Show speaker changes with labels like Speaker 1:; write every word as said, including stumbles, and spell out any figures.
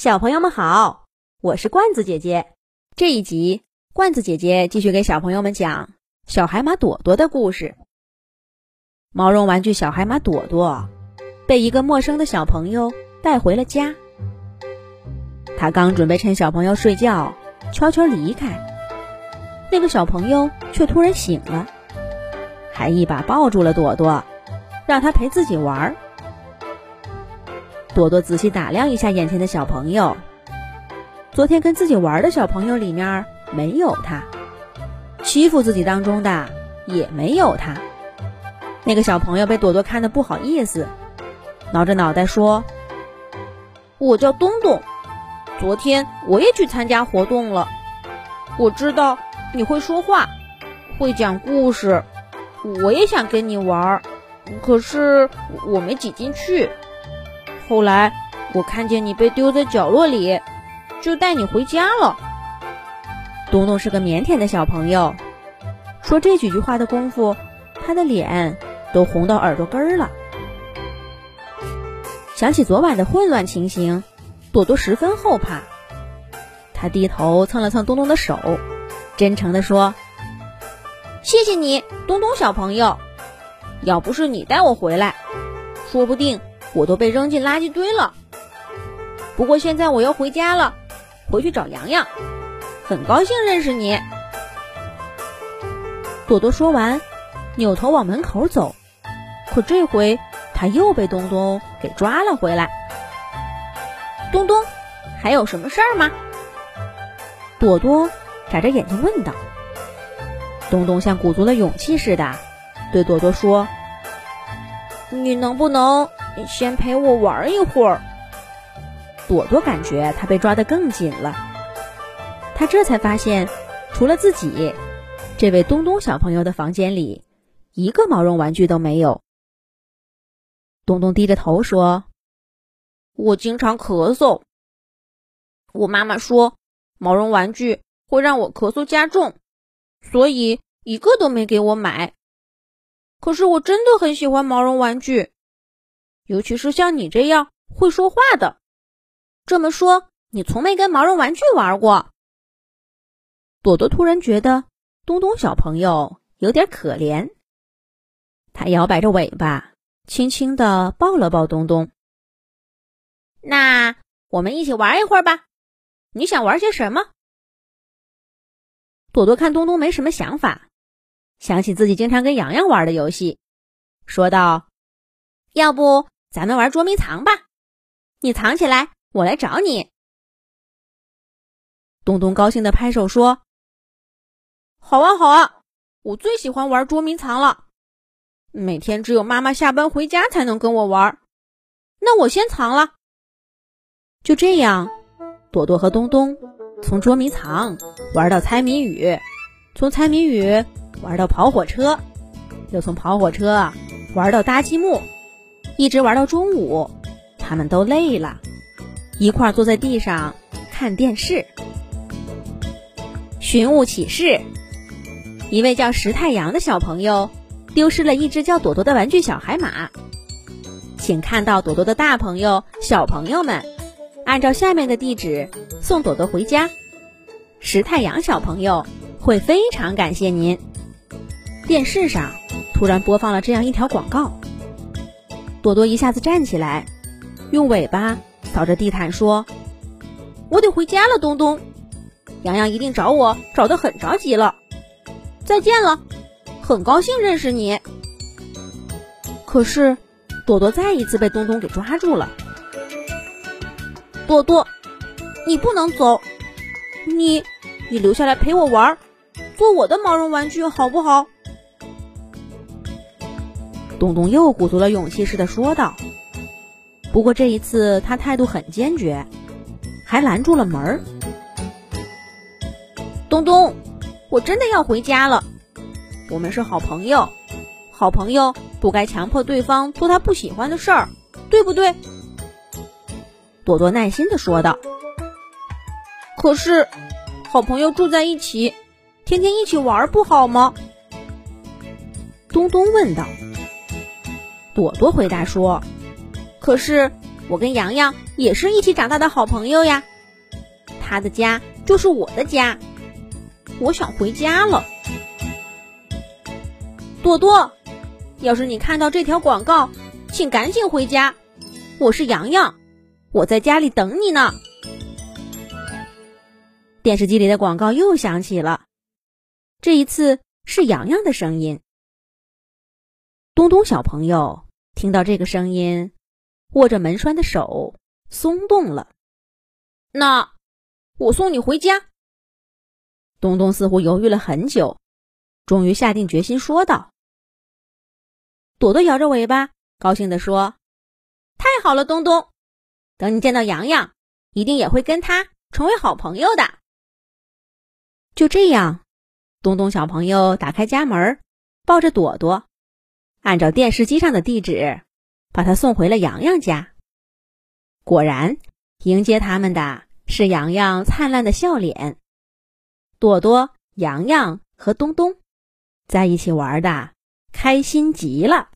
Speaker 1: 小朋友们好，我是罐子姐姐。这一集，罐子姐姐继续给小朋友们讲小海马朵朵的故事。毛绒玩具小海马朵朵被一个陌生的小朋友带回了家。他刚准备趁小朋友睡觉悄悄离开，那个小朋友却突然醒了，还一把抱住了朵朵，让他陪自己玩。朵朵仔细打量一下眼前的小朋友，昨天跟自己玩的小朋友里面没有他，欺负自己当中的也没有他。那个小朋友被朵朵看得不好意思，挠着脑袋说：我叫东东，昨天我也去参加活动了。我知道你会说话，会讲故事，我也想跟你玩，可是我没挤进去。后来我看见你被丢在角落里，就带你回家了。东东是个腼腆的小朋友，说这几句话的功夫，他的脸都红到耳朵根儿了。想起昨晚的混乱情形，朵朵十分后怕。他低头蹭了蹭东东的手，真诚地说：谢谢你，东东小朋友，要不是你带我回来，说不定我都被扔进垃圾堆了。不过现在我要回家了，回去找洋洋，很高兴认识你。朵朵说完，扭头往门口走，可这回他又被东东给抓了回来。东东，还有什么事儿吗？朵朵眨着眼睛问道。东东像鼓足了勇气似的，对朵朵说：你能不能先陪我玩一会儿？朵朵感觉他被抓得更紧了，他这才发现，除了自己，这位东东小朋友的房间里一个毛绒玩具都没有。东东低着头说：我经常咳嗽，我妈妈说毛绒玩具会让我咳嗽加重，所以一个都没给我买。可是我真的很喜欢毛绒玩具，尤其是像你这样会说话的。这么说，你从没跟毛绒玩具玩过？朵朵突然觉得东东小朋友有点可怜，他摇摆着尾巴，轻轻地抱了抱东东。那我们一起玩一会儿吧，你想玩些什么？朵朵看东东没什么想法，想起自己经常跟洋洋玩的游戏，说道：要不咱们玩捉迷藏吧，你藏起来，我来找你。东东高兴地拍手说：好啊好啊，我最喜欢玩捉迷藏了，每天只有妈妈下班回家才能跟我玩，那我先藏了。就这样，朵朵和东东从捉迷藏玩到猜谜语，从猜谜语玩到跑火车，又从跑火车玩到搭积木，一直玩到中午，他们都累了，一块儿坐在地上看电视。寻物启事，一位叫石太阳的小朋友丢失了一只叫朵朵的玩具小海马，请看到朵朵的大朋友小朋友们按照下面的地址送朵朵回家，石太阳小朋友会非常感谢您。电视上突然播放了这样一条广告，朵朵一下子站起来，用尾巴扫着地毯说：我得回家了，东东，洋洋一定找我找得很着急了，再见了，很高兴认识你。可是朵朵再一次被东东给抓住了。朵朵，你不能走，你你留下来陪我玩，做我的毛绒玩具好不好？东东又鼓足了勇气似的说道。不过这一次他态度很坚决，还拦住了门。东东，我真的要回家了，我们是好朋友，好朋友不该强迫对方做他不喜欢的事儿，对不对？朵朵耐心地说道。可是好朋友住在一起，天天一起玩不好吗？东东问道。朵朵回答说：可是我跟洋洋也是一起长大的好朋友呀，他的家就是我的家，我想回家了。多多，要是你看到这条广告，请赶紧回家，我是洋洋，我在家里等你呢。电视机里的广告又响起了，这一次是洋洋的声音。东东小朋友听到这个声音，握着门栓的手松动了。那我送你回家。东东似乎犹豫了很久，终于下定决心说道。朵朵摇着尾巴高兴地说，太好了，东东，等你见到洋洋，一定也会跟他成为好朋友的。就这样，东东小朋友打开家门，抱着朵朵，按照电视机上的地址把他送回了洋洋家。果然，迎接他们的是洋洋灿烂的笑脸。朵朵、洋洋和东东在一起玩的开心极了。